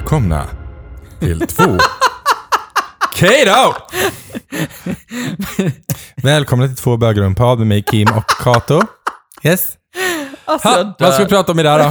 välkomna till 2 Kato! Välkomna till 2 bögar och en podd med mig, Kim och Kato. Yes. Alltså, Vad ska vi prata om idag då?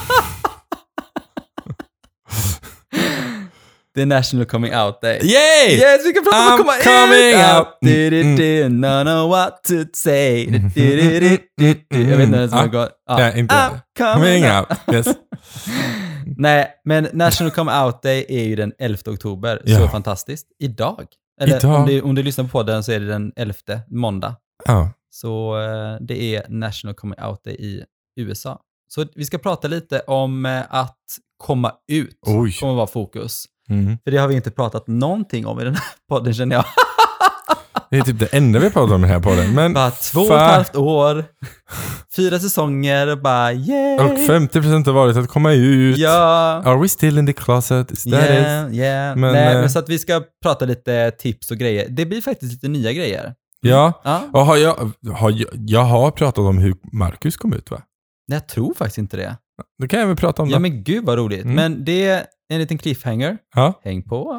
The National Coming Out Day. Yay! Yes, vi kan prata om att komma coming out. No, no, what to say. Jag vet inte ens vad det går. Inte coming out. Yes. Nej, men National Come Out Day är ju den 11 oktober. Ja. Så fantastiskt. Idag. Eller Idag. Om du lyssnar på podden så är det den 11, måndag. Ja. Så det är National Coming Out Day i USA. Så vi ska prata lite om att komma ut. Oj. Kommer vara fokus. Mm. För det har vi inte pratat någonting om i den här podden, känner jag. Det är typ det enda vi pratar om i den här podden. Men Bara 2,5 år, 4 säsonger och bara yay! och 50% har varit att komma ut. Ja! Are we still in the closet? Is that it? Yeah. Men så att vi ska prata lite tips och grejer. Det blir faktiskt lite nya grejer. Ja. Ja. Och jag har pratat om hur Marcus kom ut, va? Nej, jag tror faktiskt inte det. Då kan jag väl prata om det. Ja, men gud vad roligt. Men det är en liten cliffhanger. Ja. Häng på.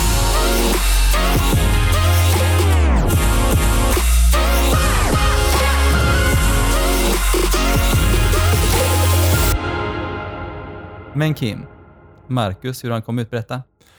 Men Kim, Marcus, hur han kom ut, berätta.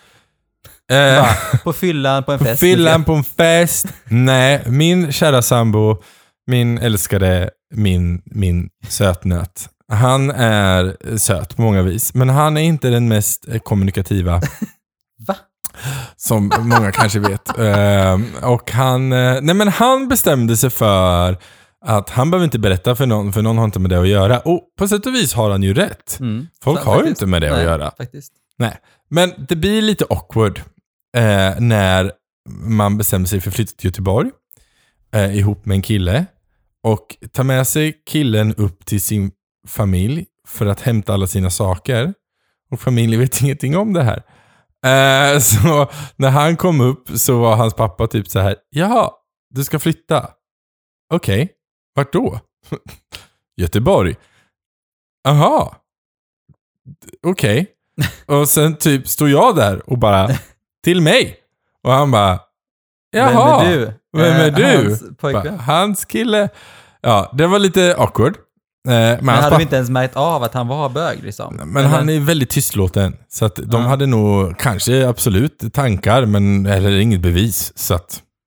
På fyllan, på en fest. Fyllan på en fest. Nej, min kära sambo, min älskade, min sötnöt. Han är söt på många vis, men han är inte den mest kommunikativa. Va? Som många kanske vet. Och han bestämde sig för att han behöver inte berätta för någon har inte med det att göra. Och på sätt och vis har han ju rätt. Folk har ju inte med det att göra. Faktiskt. Nej, men det blir lite awkward när man bestämmer sig för att flytta till Göteborg ihop med en kille och tar med sig killen upp till sin familj för att hämta alla sina saker. Och familjen vet ingenting om det här. Så när han kom upp så var hans pappa typ så här: jaha, du ska flytta. Okej, vart då? Göteborg. Aha. Okej. Och sen typ stod jag där och bara, till mig. Och han bara, jaha. Vem är du? Hans pojkvän. Hans kille. Ja, det var lite awkward. Men hade vi inte ens märkt av att han var bög liksom? Men han är väldigt tystlåten. Så att de hade nog kanske absolut tankar, men eller inget bevis. Så.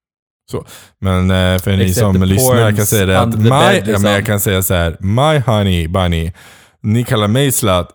Men för ni som lyssnar kan säga det att jag kan säga så här: my honey bunny. Ni kallar mig slut.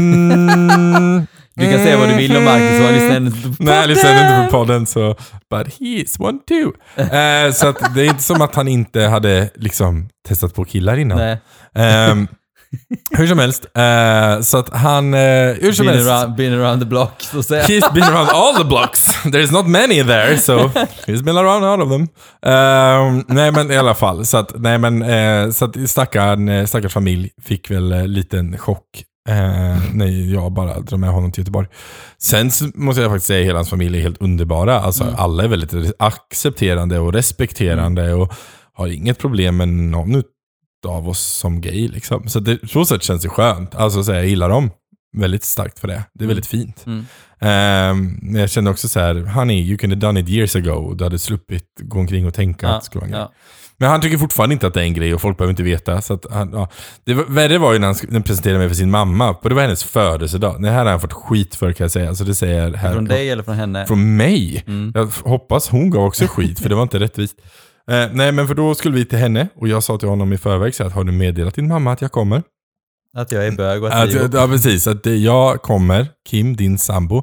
Du kan säga vad du vill om Marcus, och han lyssnar inte på podden. Nej, jag lyssnar inte på podden, så but he's one too. Så att det är inte som att han inte hade liksom testat på killar innan. Nej. Hur som helst, så att han hur som helst been around the block, så säga. He's been around all the blocks. There's not many there, so he's been around all of them. Nej, men i alla fall så att så att stackars familj fick väl en liten chock när jag bara drog med honom till Göteborg. Sen så måste jag faktiskt säga att hela hans familj är helt underbara. Alltså alla är väldigt accepterande och respekterande och har inget problem med någon av oss som gay liksom. Så det, så sätt känns det skönt. Alltså så jag gillar dem väldigt starkt för det. Det är väldigt fint. Men jag kände också så här: honey, you could have done it years ago. Du hade sluppit gå omkring och tänka att det skulle vara en grej. Men han tycker fortfarande inte att det är en grej och folk behöver inte veta. Så att det var ju när han presenterade mig för sin mamma. Det var hennes födelsedag. Det här har han fått skit för, kan jag säga. Så det säger här, från dig eller från henne? Från mig. Jag hoppas hon gav också skit, för det var inte rättvist. Nej, men för då skulle vi till henne och jag sa till honom i förväg så att har du meddelat din mamma att jag kommer? Att jag är bög och att ja, precis. Att jag kommer, Kim, din sambo.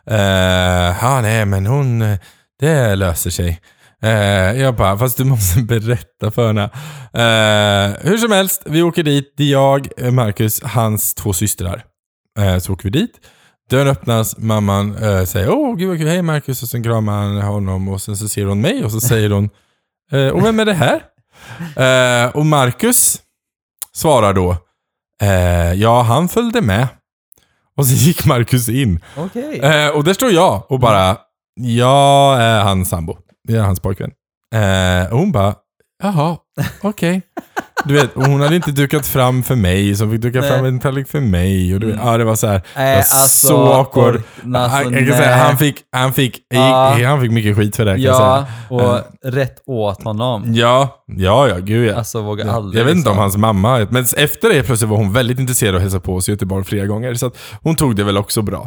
Nej, men hon, det löser sig. Jag bara, fast du måste berätta för henne. Hur som helst, vi åker dit. Det är jag, Marcus, hans 2 systrar. Så åker vi dit. Dörren öppnas, mamman säger, åh gud vad kul, hej Marcus. Och sen kramar han honom och sen så ser hon mig och så säger hon, och vem är det här? Och Marcus svarar då, ja, han följde med. Och så gick Marcus in. Okay. Och där står jag och bara, jag är hans sambo. Jag är hans pojkvän. Och hon bara, Jaha, okej. Du vet, hon hade inte dukat fram för mig, så fick duka fram en tallrik för mig. Och du vet, det var så här, det var så awkward. Jag kan säga, han fick mycket skit för det. Kan jag säga. Och rätt åt honom. Ja, gud ja. Alltså vågar aldrig. Jag vet inte om hans mamma, men efter det plötsligt var hon väldigt intresserad av att hälsa på oss i Göteborg flera gånger. Så att hon tog det väl också bra.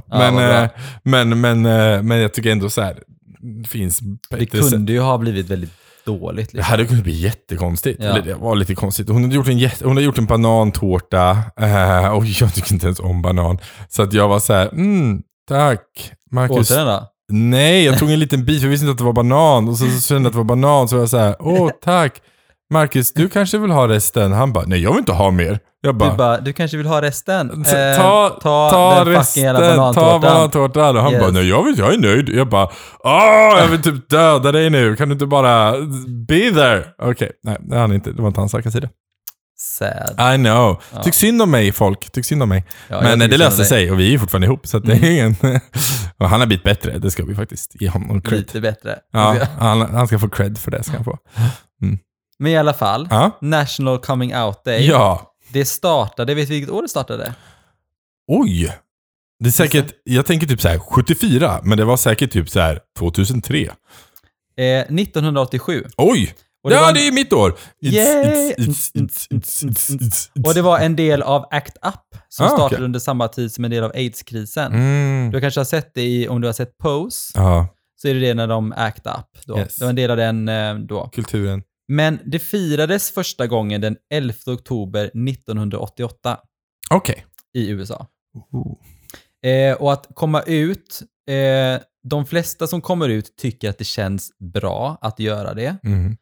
Men jag tycker ändå så här, det finns det kunde ju ha blivit väldigt dåligt. Liksom. Det hade kunnat bli jättekonstigt. Ja. Eller det var lite konstigt. Hon hade gjort en banantårta. Och jag tycker inte ens om banan. Så att jag var så här, tack Marcus. Åt den då? Nej, jag tog en liten bit för jag visste inte att det var banan. Och så kände jag att det var banan. Så jag var så här, tack. Marcus, du kanske vill ha resten? Han bara, nej jag vill inte ha mer. Jag bara, du kanske vill ha resten? Ta den resten, banantårtan. ta banantårtan. Och han bara, nej jag är nöjd. Jag bara, jag vill typ döda dig nu. Kan du inte bara be there? Okej, nej det var inte hans starka sida. Sad. I know. Tyck synd om mig folk, tyck synd om mig. Men det löser sig och vi är ju fortfarande ihop. Så att det är ingen... och han har blivit bättre, det ska vi faktiskt ge honom cred. Lite bättre. Ja, han ska få cred för det, ska han få. Men i alla fall, National Coming Out Day. Ja. Det startade, vet du vilket år det startade? Oj. Det är säkert, jag tänker typ så här 74, men det var säkert typ så här 2003. 1987. Oj. Och det är mitt år. Och det var en del av ACT UP som startade under samma tid som en del av AIDS-krisen. Du kanske har sett det om du har sett Pose. Så är det när de ACT UP då. Yes. Det var en del av den då. Kulturen. Men det firades första gången den 11 oktober 1988. Okej. I USA. Och att komma ut, de flesta som kommer ut tycker att det känns bra att göra det.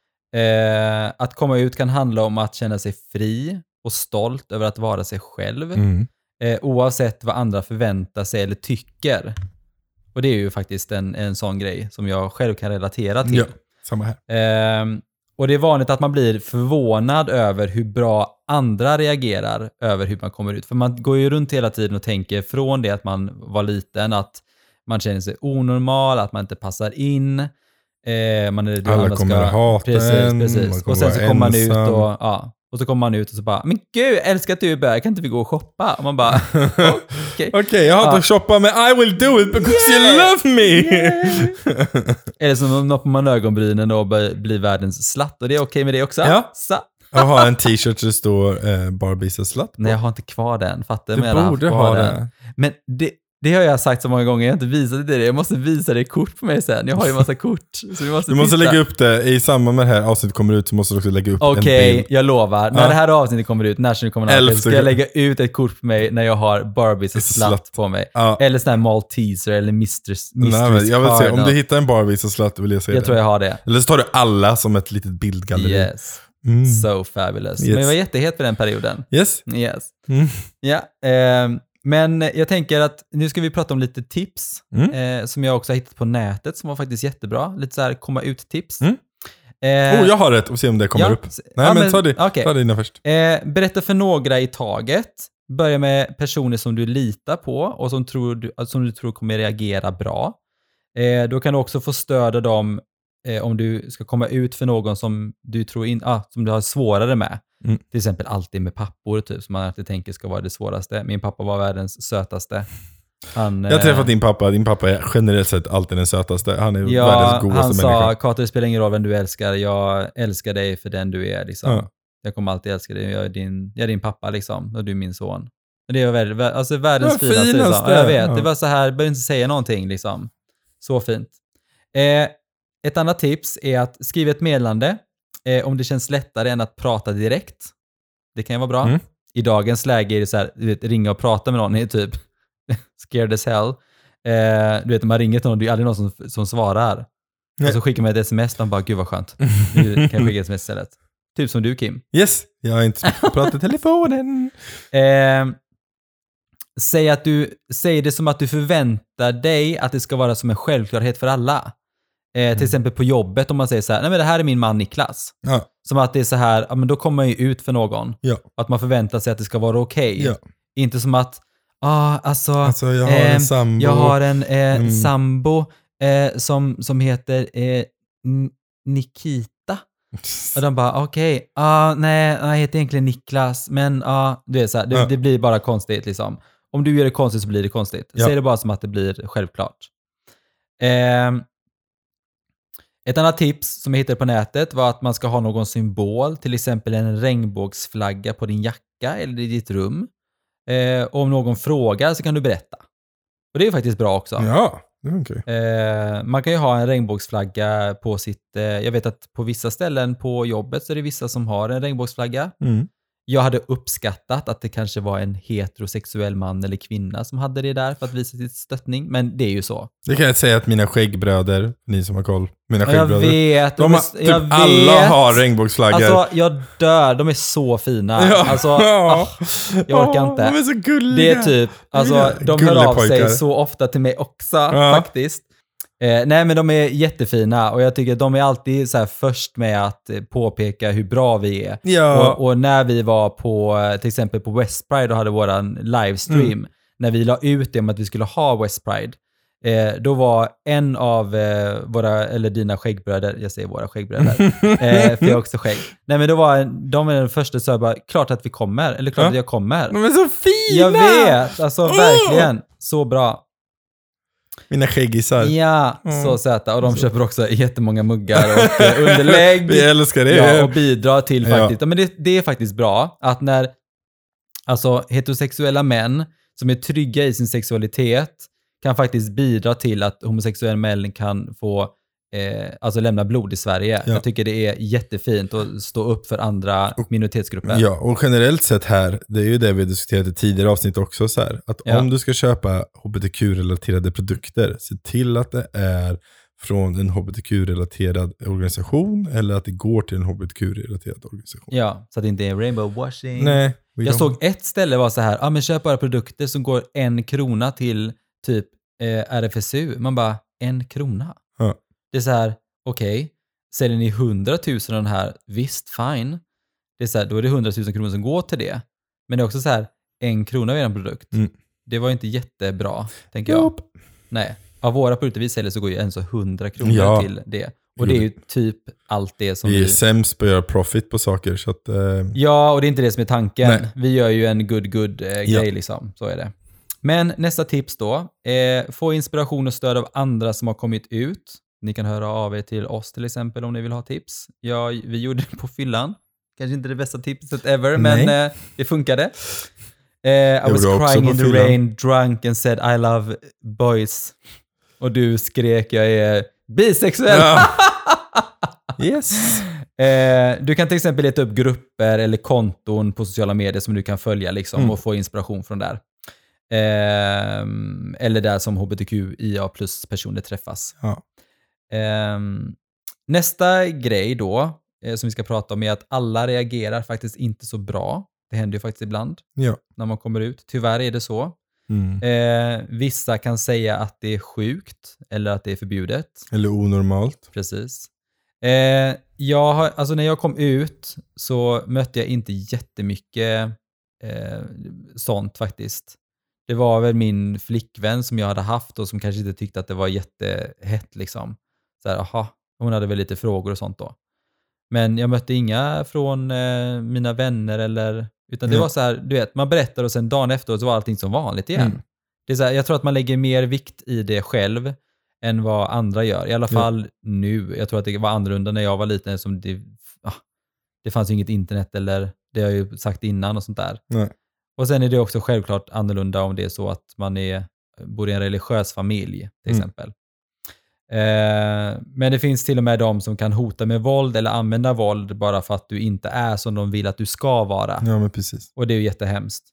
Att komma ut kan handla om att känna sig fri och stolt över att vara sig själv. Oavsett vad andra förväntar sig eller tycker. Och det är ju faktiskt en sån grej som jag själv kan relatera till. Ja, samma här. Och det är vanligt att man blir förvånad över hur bra andra reagerar över hur man kommer ut. För man går ju runt hela tiden och tänker från det att man var liten att man känner sig onormal, att man inte passar in. Man är alla kommer att hata en. Precis. Och sen så kommer man ut och så kommer man ut och så bara, men gud, älskar att du är bög, kan inte vi gå och shoppa? Och man bara, okej, jag hatar att shoppa, men I will do it because you love me! Eller som om noppar man ögonbrynen och blir världens slatt, och det är okej med det också. Ja. Jag har en t-shirt där det står Barbies och slatt på. Nej, jag har inte kvar den, fattar du? Du borde ha den. Men det har jag sagt så många gånger, jag har inte visat det. Jag måste visa dig kort på mig sen. Jag har ju en massa kort. Så du måste lägga upp det. I samband med det här avsnittet kommer ut så måste du också lägga upp en bild. Okej, jag lovar. När det här avsnittet kommer ut, National kommer ut, ska jag lägga ut ett kort på mig när jag har Barbies och slatt på mig. Eller sån här Malteser eller Mistress jag vill se, om du hittar en Barbies och slatt vill jag se det. Jag tror jag har det. Eller så tar du alla som ett litet bildgalleri. Yes. So fabulous. Men jag var jättehet för den perioden. Yes. Ja, men jag tänker att nu ska vi prata om lite tips som jag också har hittat på nätet som var faktiskt jättebra. Lite så här komma ut-tips. Jag har rätt och se om det kommer upp. Nej, men ta dina först. Berätta för några i taget. Börja med personer som du litar på och som du tror kommer reagera bra. Då kan du också få stöd av dem om du ska komma ut för någon som du tror som du har svårare med. Till exempel alltid med pappor typ, som man alltid tänker ska vara det svåraste. Min pappa var världens sötaste. Jag har träffat din pappa. Din pappa är generellt sett alltid den sötaste. Han är världens godaste människa. Han sa, Carter, det spelar ingen roll vem du älskar. Jag älskar dig för den du är. Liksom. Jag kommer alltid älska dig. Jag är din pappa liksom, och du är min son. Det var världens finaste. Liksom. Jag vet, det var så här, behöver inte säga någonting. Liksom. Så fint. Ett annat tips är att skriva ett meddelande om det känns lättare än att prata direkt. Det kan ju vara bra. I dagens läge är det så här, du vet, ringa och prata med någon är typ scared as hell. Du vet, när man ringer till någon, det är aldrig någon som svarar. Nej. Och så skickar man ett sms och bara, gud vad skönt. Nu kan jag skicka ett sms istället. Typ som du, Kim. Yes, jag har inte så mycket att prata i telefonen. Säg det som att du förväntar dig att det ska vara som en självklarhet för alla. Till exempel på jobbet, om man säger så här, nej men det här är min man Niklas. Som att det är så här, ja men då kommer man ju ut för någon. Att man förväntar sig att det ska vara okej. Inte som att, jag har en sambo. Jag har en sambo som heter Nikita. Och de bara, okej, nej, jag heter egentligen Niklas, men du vet så här, det blir bara konstigt liksom. Om du gör det konstigt så blir det konstigt. Ja. Säg det bara som att det blir självklart. Ett annat tips som jag hittade på nätet var att man ska ha någon symbol, till exempel en regnbågsflagga på din jacka eller i ditt rum. Om någon frågar så kan du berätta. Och det är faktiskt bra också. Ja, okay. Man kan ju ha en regnbågsflagga på sitt... jag vet att på vissa ställen på jobbet så är det vissa som har en regnbågsflagga. Jag hade uppskattat att det kanske var en heterosexuell man eller kvinna som hade det där för att visa sitt stöttning. Men det är ju så. Det kan jag säga att mina skäggbröder, ni som har koll, mina skäggbröder. Jag vet. Alla har regnbågsflaggor. Alltså, jag dör. De är så fina. Ja. Alltså, jag orkar inte. De är så gulliga. Det är typ, alltså, de hör av sig så ofta till mig också, faktiskt. Nej, men de är jättefina och jag tycker att de är alltid så här först med att påpeka hur bra vi är. Ja. Och när vi var på, till exempel på West Pride och hade våran livestream, när vi la ut det om att vi skulle ha West Pride, då var en av våra, eller dina skäggbröder, jag säger våra skäggbröder, för jag har också skägg. Nej, men då var de den första så bara, klart att vi kommer, eller klart att jag kommer. De är så fina! Jag vet, alltså verkligen, så bra. Mina skäggisar. Ja, så söta. Och de köper också jättemånga muggar och underlägg. Vi älskar det. Ja, och bidrar till faktiskt. Ja. Men det är faktiskt bra att när alltså heterosexuella män som är trygga i sin sexualitet kan faktiskt bidra till att homosexuella män kan få alltså lämna blod i Sverige. Ja. Jag tycker det är jättefint att stå upp för andra minoritetsgrupper. Ja, och generellt sett här, det är ju det vi diskuterat i tidigare avsnitt också så här, att om du ska köpa hbtq-relaterade produkter, se till att det är från en hbtq-relaterad organisation eller att det går till en hbtq-relaterad organisation. Ja, så att det inte är rainbow washing. Nej. Jag såg ett ställe var så här, men köp bara produkter som går 1 krona till typ RFSU. Man bara, 1 krona? Ja. Det är så här, okej, säljer ni 100 000 av den här, visst, fine. Det är så här, då är det 100 000 kronor som går till det. Men det är också så här, 1 krona av er produkt. Det var inte jättebra, tänker jag. Nej, av våra produkter vi säljer så går ju ens 100 kronor till det. Och det är ju typ allt det som vi är sämst på att göra profit på saker. Så att, ja, och det är inte det som är tanken. Nej. Vi gör ju en good grej liksom, så är det. Men nästa tips då, få inspiration och stöd av andra som har kommit ut. Ni kan höra av er till oss till exempel om ni vill ha tips. Ja, vi gjorde det på fyllan. Kanske inte det bästa tipset ever, men det funkade. I was crying in the rain, drunk and said I love boys. Och du skrek jag är bisexuell. Ja. Yes. Du kan till exempel leta upp grupper eller konton på sociala medier som du kan följa liksom, och få inspiration från där. Eller där som hbtqia plus personer träffas. Ja. Nästa grej då som vi ska prata om är att alla reagerar faktiskt inte så bra. Det händer ju faktiskt ibland när man kommer ut. Tyvärr är det så. Vissa kan säga att det är sjukt eller att det är förbjudet. Eller onormalt. Precis. Alltså när jag kom ut så mötte jag inte jättemycket sånt faktiskt. Det var väl min flickvän som jag hade haft och som kanske inte tyckte att det var jättehett liksom. Så här, hon hade väl lite frågor och sånt då. Men jag mötte inga från mina vänner eller, utan det var så här, du vet, man berättar och sen dagen efter så var allting som vanligt igen. Det är så här, jag tror att man lägger mer vikt i det själv än vad andra gör. I alla fall nu. Jag tror att det var annorlunda när jag var liten som det fanns ju inget internet eller det har jag ju sagt innan och sånt där. Nej. Och sen är det också självklart annorlunda om det är så att man bor i en religiös familj till exempel. Men det finns till och med de som kan hota med våld eller använda våld bara för att du inte är som de vill att du ska vara. Ja, men precis. Och det är ju jättehemskt.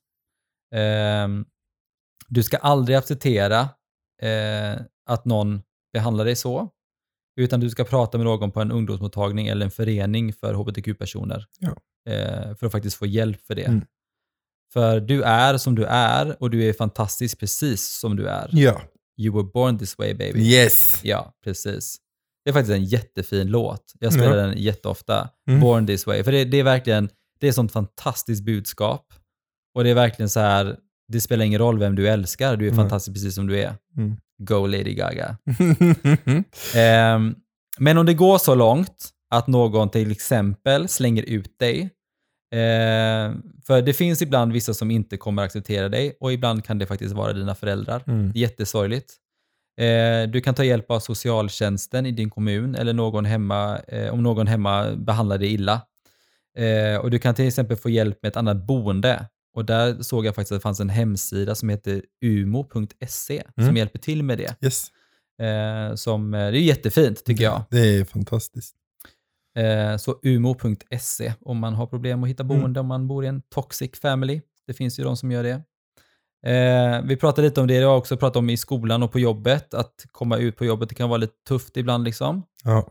Du ska aldrig acceptera att någon behandlar dig så. Utan du ska prata med någon på en ungdomsmottagning eller en förening för hbtq-personer. Ja. För att faktiskt få hjälp för det. För du är som du är och du är fantastisk precis som du är. Ja. You were born this way, baby. Yes. Ja, precis. Det är faktiskt en jättefin låt. Jag spelar den jätteofta. Born this way. För det är verkligen, det är ett sånt fantastiskt budskap. Och det är verkligen så här, det spelar ingen roll vem du älskar. Du är fantastisk precis som du är. Go Lady Gaga. Men om det går så långt att någon till exempel slänger ut dig. För det finns ibland vissa som inte kommer acceptera dig och ibland kan det faktiskt vara dina föräldrar. Jättesorgligt. Du kan ta hjälp av socialtjänsten i din kommun eller någon hemma, om någon hemma behandlar dig illa. Och du kan till exempel få hjälp med ett annat boende. Och där såg jag faktiskt att det fanns en hemsida som heter umo.se som hjälper till med det. Yes. Det är jättefint tycker jag. Det är fantastiskt. Så umo.se om man har problem att hitta boende, om man bor i en toxic family. Det finns ju de som gör det. Vi pratade lite om det, jag har också pratat om i skolan och på jobbet. Att komma ut på jobbet, det kan vara lite tufft ibland liksom. Ja.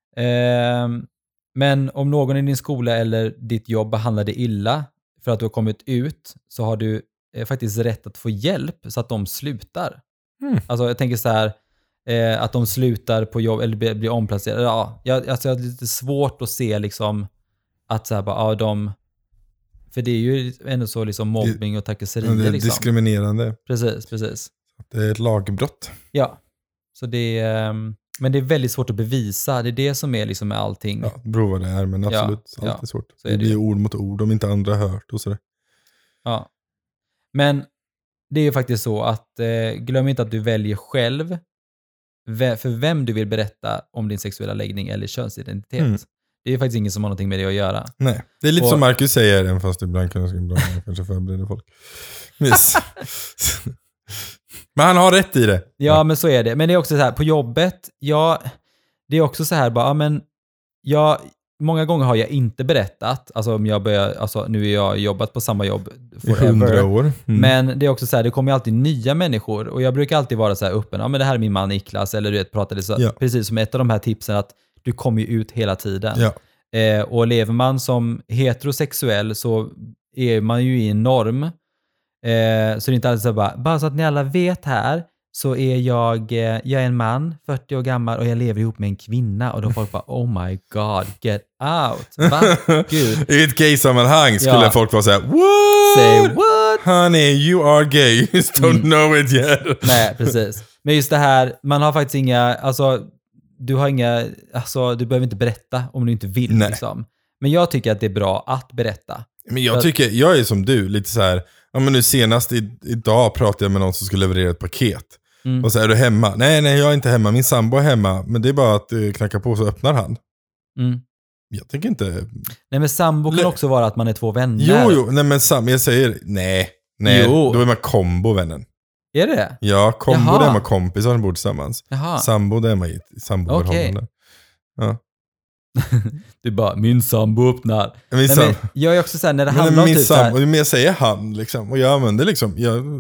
Men om någon i din skola eller ditt jobb behandlar dig illa för att du har kommit ut, så har du faktiskt rätt att få hjälp så att de slutar. Alltså jag tänker så här, att de slutar på jobb eller blir omplacerade. Ja, jag har lite svårt att se liksom att så här bara, för det är ju ändå så liksom mobbning och trakasserier. Det är liksom diskriminerande. Precis. Det är ett lagbrott. Ja, så det är, men det är väldigt svårt att bevisa. Det är det som är liksom med allting. Ja, det beror vad det är, men absolut. Allt är svårt. Det blir ord mot ord om inte andra har hört och sådär. Ja, men det är ju faktiskt så att glöm inte att du väljer själv för vem du vill berätta om din sexuella läggning eller könsidentitet. Det är faktiskt ingen som har någonting med det att göra. Nej, det är lite som Marcus säger, även fast ibland kan jag kanske förbereda folk. Yes. Men han har rätt i det. Ja, men så är det. Men det är också så här, på jobbet, det är också så här bara, många gånger har jag inte berättat, alltså om jag nu har jag jobbat på samma jobb forever. 100 år. Men det är också så här, det kommer ju alltid nya människor och jag brukar alltid vara så här öppen, men det här är min man Niklas, eller du vet, pratade så, precis som ett av de här tipsen att du kommer ju ut hela tiden. Ja. Och lever man som heterosexuell så är man ju i en norm. Så det är inte alltid så bara så att ni alla vet här, så är jag är en man, 40 år gammal och jag lever ihop med en kvinna och då folk bara, oh my god, get out. Va? Gud. I ett gay-sammanhang skulle folk vara så här: what? Say what? Honey, you are gay, you just don't know it yet. Nej, precis. Men just det här, man har faktiskt inga, du behöver inte berätta om du inte vill. Liksom. Men jag tycker att det är bra att berätta. Men jag är som du, lite så här, men nu senast idag pratade jag med någon som skulle leverera ett paket. Och så är du hemma? Nej, jag är inte hemma. Min sambo är hemma. Men det är bara att knacka på så öppnar han. Jag tänker inte... Nej, men sambo kan också vara att man är två vänner. Jo, nej men jag säger nej. Då är man kombo-vännen. Är det? Ja, kombo där är man kompisar som bor tillsammans. Sambo där är man i samboförhållande. Ja. Du bara, min sambo öppnar. Men jag är också såhär, när det handlar om typ såhär... Men jag säger han liksom, och jag använder liksom...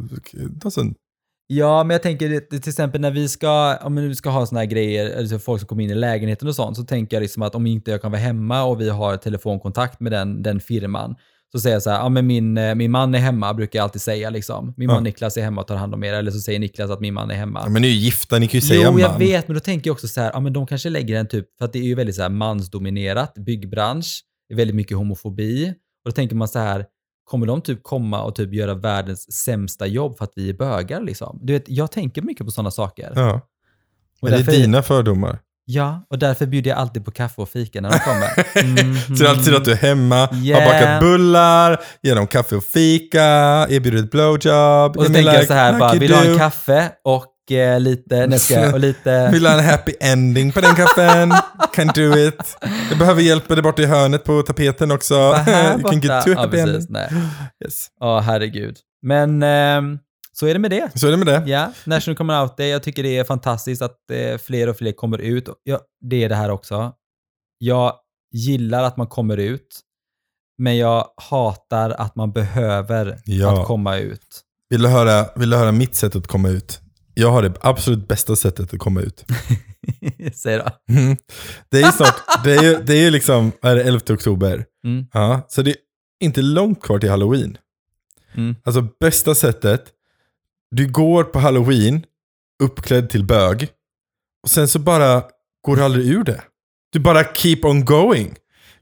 Ja, men jag tänker till exempel när vi ska ha såna här grejer, alltså folk som kommer in i lägenheten och sånt, så tänker jag liksom att om inte jag kan vara hemma och vi har telefonkontakt med den firman, så säger jag så här, men min man är hemma, brukar jag alltid säga liksom. Min man Niklas är hemma och tar hand om er, eller så säger Niklas att min man är hemma. Ja, men ni är ju gifta, ni kan ju säga man. Jo, jag vet, men då tänker jag också så här, men de kanske lägger en typ, för att det är ju väldigt så här mansdominerat, byggbransch, det är väldigt mycket homofobi, och då tänker man så här, kommer de typ komma och typ göra världens sämsta jobb för att vi är bögar liksom? Du vet, jag tänker mycket på sådana saker. Ja. Men det är dina fördomar. Ja, och därför bjuder jag alltid på kaffe och fika när de kommer. Så alltid att du är hemma, har bakat bullar, ger dem kaffe och fika, erbjuder ett blowjob. Och så tänker jag så här, bara, vill du ha en kaffe och lite... Vill du ha en happy ending på den kaffen? Can do it. Jag behöver hjälpa dig bort i hörnet på tapeten också. You can get to happy ending. Yes. Herregud. Men... så är det med det. Så är det med det. Ja, National Coming Out Day. Jag tycker det är fantastiskt att fler och fler kommer ut. Ja, det är det här också. Jag gillar att man kommer ut. Men jag hatar att man behöver att komma ut. Vill du höra mitt sätt att komma ut? Jag har det absolut bästa sättet att komma ut. Säg då. Det är snart, det är liksom 11 oktober. Ja, så det är inte långt kvar till Halloween. Alltså bästa sättet, du går på Halloween uppklädd till bög och sen så bara går du aldrig ur det. Du bara keep on going.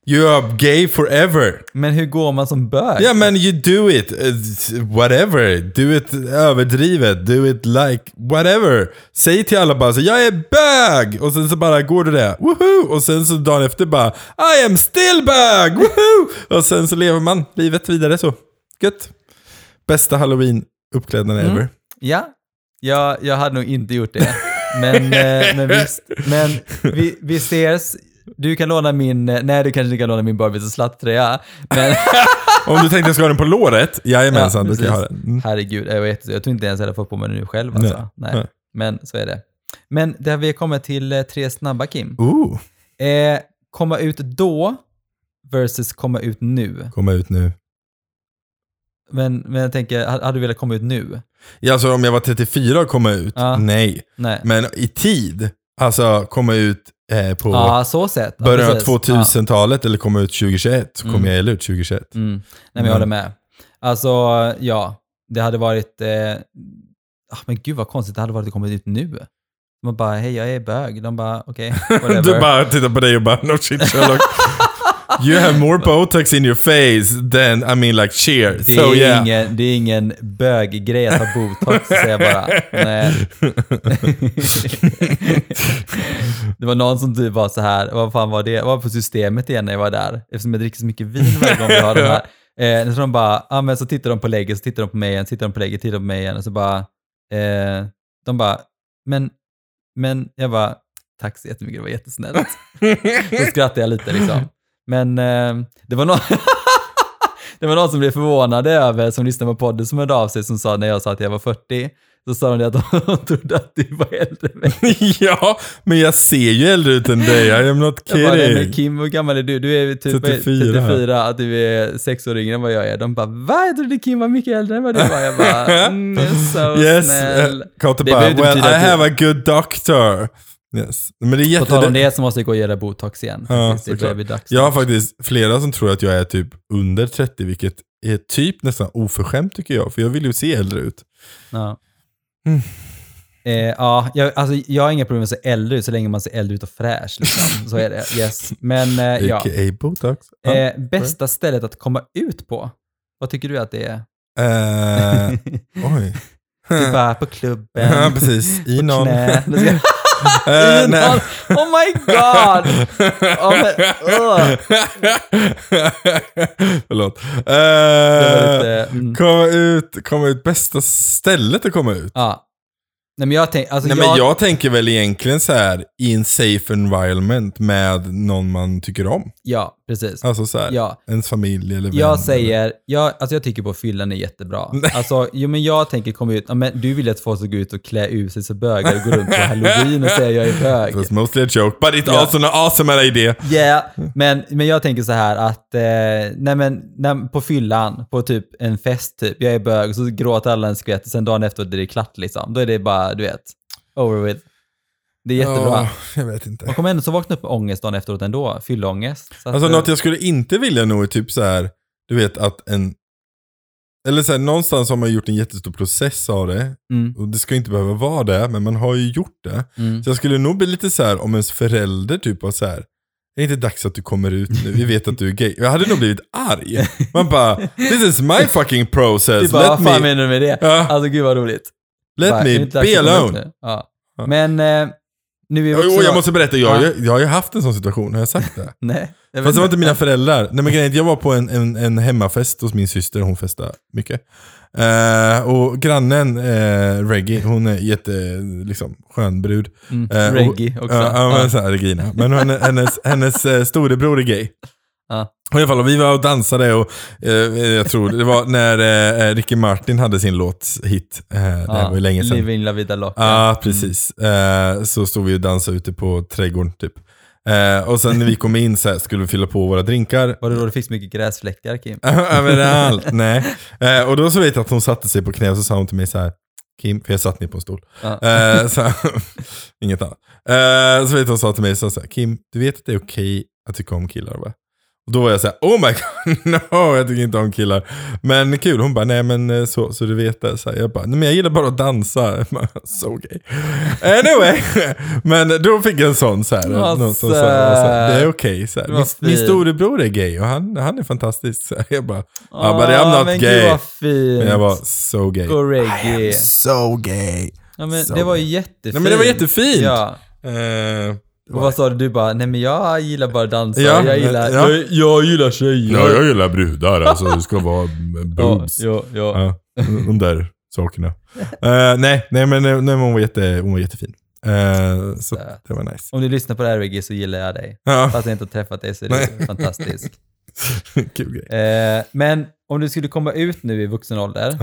You are gay forever. Men hur går man som bög? Ja, men you do it. Whatever. Do it överdrivet. Do it like whatever. Säg till alla bara så, jag är bög. Och sen så bara går du det. Woohoo! Och sen så dagen efter bara, I am still bög. Woohoo! Och sen så lever man livet vidare så. Gött. Bästa Halloween-uppklädnaden ever. Ja, jag hade nog inte gjort det. Men visst. Men vi ses. Du kan låna min... Nej, du kanske inte kan låna min Barbies och slatt-tröja. Men... Om du tänkte jag ska ha den på låret, jajamensan, då kan jag ha den. Herregud, jag tror inte ens jag hade fått på mig nu själv. Alltså. Nej. Men så är det. Men där vi kommer till 3 snabba, Kim. Komma ut då versus komma ut nu. Komma ut nu. Men jag tänker, hade du velat komma ut nu? Ja, alltså om jag var 34 och komma ut, nej. Men i tid, alltså komma ut på så sett. Början av 2000-talet eller komma ut 2021, så kommer jag ut 2021. Nej, men jag håller med. Alltså, ja, det hade varit... men gud vad konstigt det hade varit att komma ut nu. Man bara, hej, jag är bög. De bara, okej, whatever. Du bara tittar på dig och bara, no shit, Sherlock. You have more Botox in your face than, I mean, like, cheer. Det är ingen böggrej att ha Botox, säger jag bara. Nej. Det var någon som typ var så här, vad fan var det? Jag var på systemet igen när jag var där. Eftersom jag dricker så mycket vin varje gång vi har den här. Så de bara, men så tittar de på lägget, så tittar de på mig igen, tittar de på lägget, tittar de på mig igen. Och så bara, de bara, men jag bara, tack så jättemycket, det var jättesnällt. Så skrattade jag lite liksom. Men det var någon som blev förvånad över, som lyssnade på podden, som hörde av sig, som sa när jag sa att jag var 40, så sa de att de trodde att du var äldre än mig. Ja, men jag ser ju äldre ut än dig. I am not kidding. Jag bara, men Kim, hur gammal är du? Du är typ 34, att du är 6 år yngre än vad jag är. De bara, va? Jag trodde Kim var mycket äldre än vad du var. Jag bara, så snäll. Well, I have a good doctor. Yes. Men det är på tal om det så måste jag gå och göra Botox igen. Ja, jag har faktiskt flera som tror att jag är typ under 30, vilket är typ nästan oförskämt tycker jag. För jag vill ju se äldre ut. Ja. Jag har inga problem med att se äldre ut så länge man ser äldre ut och fräsch. Liksom. Så är det, yes. Men ja. A.k.a. Botox. Bästa stället att komma ut på? Vad tycker du att det är? Oj. Du bara på klubben. Ja, precis. I någon. Nej. Oh my god! Förlåt. Komma ut. Bästa stället att komma ut. Ja. Nej, men jag tänker väl egentligen så här, i en safe environment med någon man tycker om. Ja, precis. Alltså så här, ens familj eller vän. Jag tycker på fyllan är jättebra. Alltså, men jag tänker komma ut, men du vill att folk ska gå ut och klä ut sig så bögar och gå runt på Halloween och säga jag är bög. It was mostly a joke, but it's also an awesome idea. Yeah, men jag tänker så här att på fyllan, på typ en fest typ, jag är bög, så gråter alla en skvätt och sen dagen efter är det klart liksom. Då är det bara, du vet, over with. Det är jättebra. Jag vet inte. Man kommer ändå så vakna upp med ångest dagen efteråt ändå. Fyllångest. Alltså något jag skulle inte vilja nog är typ så här, du vet att eller så här, någonstans har man gjort en jättestor process av det. Och det ska inte behöva vara det, men man har ju gjort det. Så jag skulle nog bli lite så här, om ens förälder typ var så här, är det inte dags att du kommer ut nu? Vi vet att du är gay. Jag hade nog blivit arg. Man bara, this is my fucking process. Du bara, vad fan menar du med det? Alltså gud vad roligt. Let me be alone. Ja. Men nu är vi också... Jag måste berätta, jag har ju haft en sån situation. Har jag sagt det? Nej. Fast det var inte mina föräldrar. Nej, men jag var på en hemmafest hos min syster. Hon festade mycket. Och grannen Reggie, hon är liksom skön brud. Reggie också. Ja, så här, Regina. Men hennes storebror är gay. Och i alla fall, vi var och dansade och jag tror det var när Ricky Martin hade sin hit. Det var ju länge sedan. Living La Vida Loca. Ja, precis. Så stod vi och dansade ute på trädgården typ. Och sen när vi kom in så här, skulle vi fylla på våra drinkar. Var det då det fick så mycket gräsfläckar, Kim? Överallt, nej. Och då så vet jag att hon satte sig på knä och så sa hon till mig så här, Kim, för jag satt ner på en stol. Så, inget annat. Så vet hon sa till mig så här, Kim, du vet att det är okej att tycka om killar, va? Och då var jag så här, oh my god, no, jag tycker inte om killar. Men kul, hon bara, nej men så du vet det. Så här, jag bara, nej men jag gillar bara att dansa. Så gay. Anyway, men då fick jag en sån så här. Någon som sa, det är okej. Min storebror är gay och han är fantastisk. Så här, jag bara, but I'm not gay. Men jag var so gay. I am so gay. Ja, men det var ju jättefint. Nej, men det var jättefint. Ja. Och vad sa du? Du bara, nej men jag gillar bara dansa. Ja, jag gillar tjejer. Ja, jag gillar brudar. Alltså det ska vara boobs. Ja. De där sakerna. Nej men hon var jättefin. Så det var nice. Om du lyssnar på det här, Reggie, så gillar jag dig. Ja. Fast jag inte har träffat dig så är det fantastisk. Kul grej. Men om du skulle komma ut nu i vuxen ålder,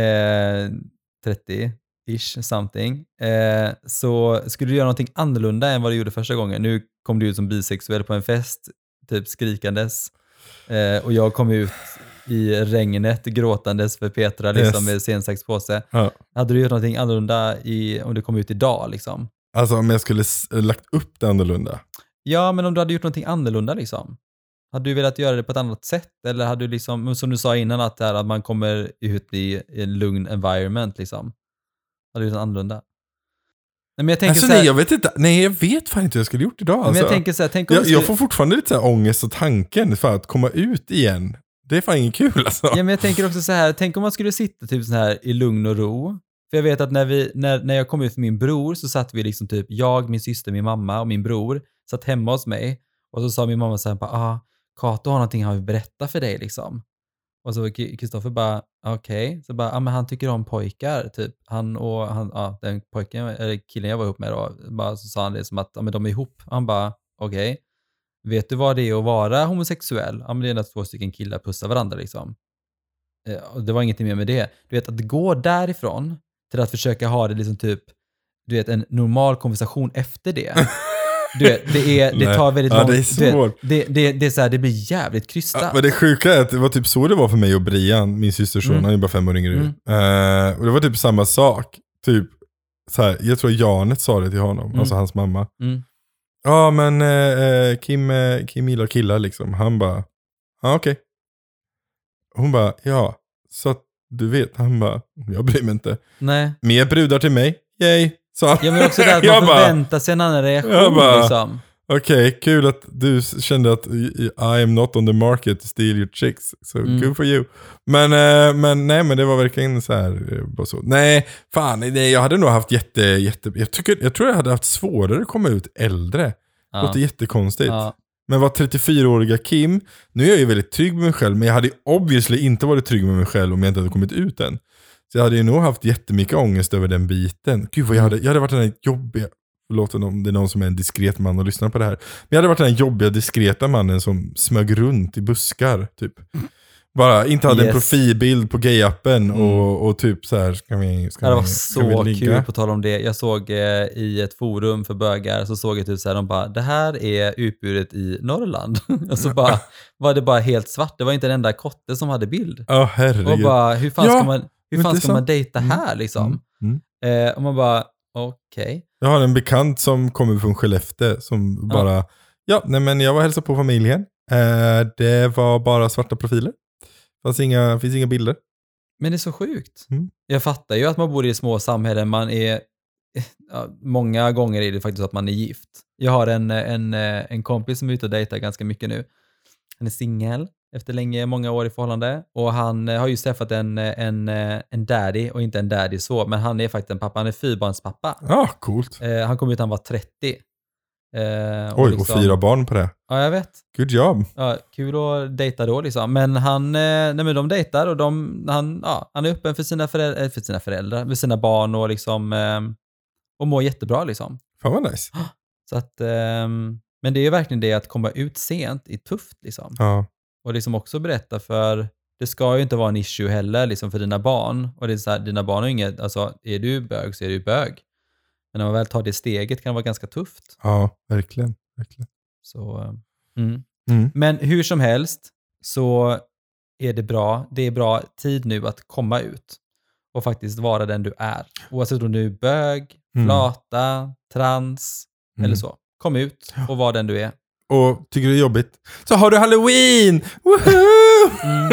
30-ish something, så skulle du göra någonting annorlunda än vad du gjorde första gången. Nu kom du ut som bisexuell på en fest, typ skrikandes. Och jag kom ut i regnet gråtandes för Petra liksom, med scensaxpåse. Ja. Hade du gjort någonting annorlunda om du kom ut idag liksom? Alltså om jag skulle lagt upp det annorlunda? Ja, men om du hade gjort någonting annorlunda liksom. Hade du velat göra det på ett annat sätt? Eller hade du liksom, som du sa innan, att man kommer ut i en lugn environment liksom? Hade du gjort något annorlunda? Nej, men jag tänker alltså, så här, jag vet inte. Nej, jag vet fan inte hur jag skulle gjort idag. Men alltså. jag tänker så här, jag får fortfarande lite så här ångest och tanken för att komma ut igen. Det är fan inget kul alltså. Ja, men jag tänker också så här, tänk om man skulle sitta typ så här i lugn och ro. För jag vet att när jag kom ut med min bror så satt vi liksom typ, jag, min syster, min mamma och min bror satt hemma hos mig. Och så sa min mamma så här, Kato har någonting han vill berätta för dig liksom. Och så Kristoffer bara, okej. Så bara, men han tycker om pojkar typ. Den pojken, eller killen jag var ihop med då, bara så sa han det som att men de är ihop. Han bara, okej. Vet du vad det är att vara homosexuell? Ja, men det är när 2 stycken killar pussar varandra liksom. Och det var ingenting mer med det. Du vet, att gå därifrån till att försöka ha det liksom typ, du vet, en normal konversation efter det. Du vet, det tar väldigt långt. Det är svårt. Det är så här, det blir jävligt krystat. Ja, men det sjuka är att det var typ så det var för mig och Brian, min systerson, han är bara 5 år yngre. Och det var typ samma sak. Typ så här, jag tror Janet sa det till honom, alltså hans mamma. Ja, men Kim gillar killar liksom. Han bara, okej. Hon bara, ja, så att du vet. Han bara, jag bryr mig inte. Nej. Mer brudar till mig, yay. Så. Ja, men också det att man förväntar sig en annan reaktion liksom. Okej, kul att du kände att I am not on the market to steal your chicks. So good for you. Men nej, men det var verkligen så här. Bara så. Nej, fan. Nej, jag hade nog haft jag tror jag hade haft svårare att komma ut äldre. Det låter jättekonstigt. Ja. Men var 34-åriga Kim, nu är jag ju väldigt trygg med mig själv, men jag hade obviously inte varit trygg med mig själv om jag inte hade kommit ut än. Så jag hade ju nog haft jättemycket ångest över den biten. Gud vad jag hade varit den här jobbiga, förlåt om det är någon som är en diskret man och lyssnar på det här. Men jag hade varit den här jobbiga, diskreta mannen som smög runt i buskar, typ. Bara inte hade en profilbild på gayappen och typ så här, det var så kul på tal om det. Jag såg i ett forum för bögar, så såg jag typ så här, de bara, det här är utbudet i Norrland. Och så bara var det bara helt svart. Det var inte en enda kotte som hade bild. Herregud. Och bara, hur fan ska man dejta här liksom? Och man bara, okej. Jag har en bekant som kommer från Skellefteå som bara, men jag var hälsa på familjen. Det var bara svarta profiler. Finns inga bilder. Men det är så sjukt. Jag fattar ju att man bor i små samhällen. Man är, många gånger är det faktiskt att man är gift. Jag har en kompis som är ute och dejtar ganska mycket nu. Han är singel efter många år i förhållande. Och han har ju träffat en daddy, och inte en daddy så, men han är faktiskt en pappa. Han är 4-barnspappa. Ja, coolt. Han kom ut när han var 30. Och 4 barn på det. Ja, jag vet. Good job. Ja, kul att dejta då liksom. Men de dejtar och han är öppen för sina föräldrar, för sina barn och liksom och mår jättebra liksom. Fan vad nice. Så att, men det är ju verkligen det, att komma ut sent är tufft liksom. Ja. Och liksom också berätta, för det ska ju inte vara en issue heller liksom för dina barn. Och det är så här, dina barn har inget, alltså är du bög så är du bög. Men när man väl tar det steget kan det vara ganska tufft. Ja, verkligen. Så, Men hur som helst så är det bra. Det är bra tid nu att komma ut och faktiskt vara den du är. Oavsett om du är bög, flata, trans eller så. Kom ut och var den du är. och tycker det är jobbigt, så har du Halloween! Woohoo!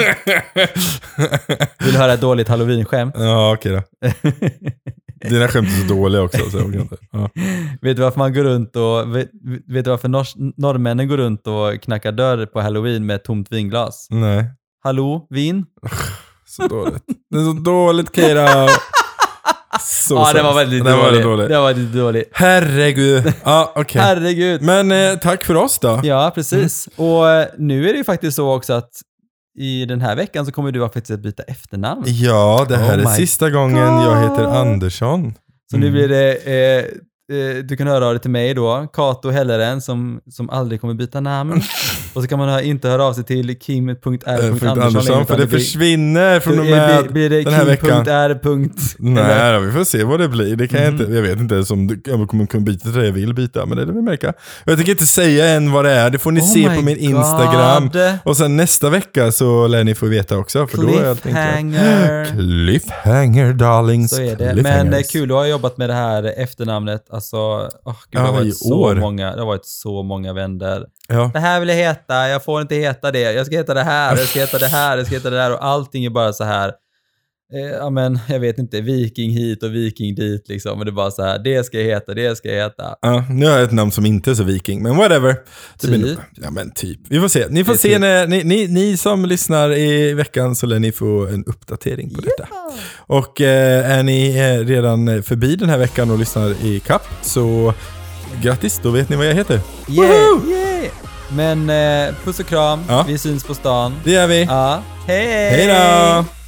Vill du höra ett dåligt Halloween-skämt? Ja, okej då. Dina skämt är så dåliga också. Så ja. Vet du varför man går runt och... Vet du varför norrmännen går runt och knackar dörr på Halloween med ett tomt vinglas? Nej. Hallå, vin? Så dåligt. Det är så dåligt, Keira. Ja, det var väldigt dåligt. Det var lite dåligt. Herregud. Ja, okej. Herregud. Men tack för oss då. Ja, precis. Och nu är det ju faktiskt så också att i den här veckan så kommer du faktiskt att byta efternamn. Ja, det här är sista gången jag heter Andersson. Så nu blir det... du kan höra av dig till mig då, Kato Helleren, som aldrig kommer byta namn. Och så kan man inte höra av sig till kim.r.andersson för det försvinner från och med den här veckan. Nej, vi får se vad det blir. Det kan jag inte. Jag vet inte om jag kommer kunna byta till det jag vill byta, men det vill märka. Jag tänker inte säga än vad det är. Det får ni se på min Instagram. Och sen nästa vecka så lär ni få veta också. För Cliffhanger, darlings. Så är det. Men kul, du har jobbat med det här efternamnet. Alltså, det har varit så många vänder. Ja. Det här vill jag heta, jag får inte heta det. Jag ska heta det här, jag ska heta det här, jag ska heta det där. Och allting är bara så här. Men jag vet inte, viking hit och viking dit liksom. Och det är bara så här, det ska jag heta. Ja, nu har jag ett namn som inte är så viking, men whatever. Typ. Ja, men typ. Vi får se. Ni får se när ni som lyssnar i veckan, så lär ni få en uppdatering på detta. Och är ni redan förbi den här veckan och lyssnar i kapp, så grattis, då vet ni vad jag heter. Yeah. Men puss och kram, vi syns på stan. Det gör vi. Ja. Hej! Hej då!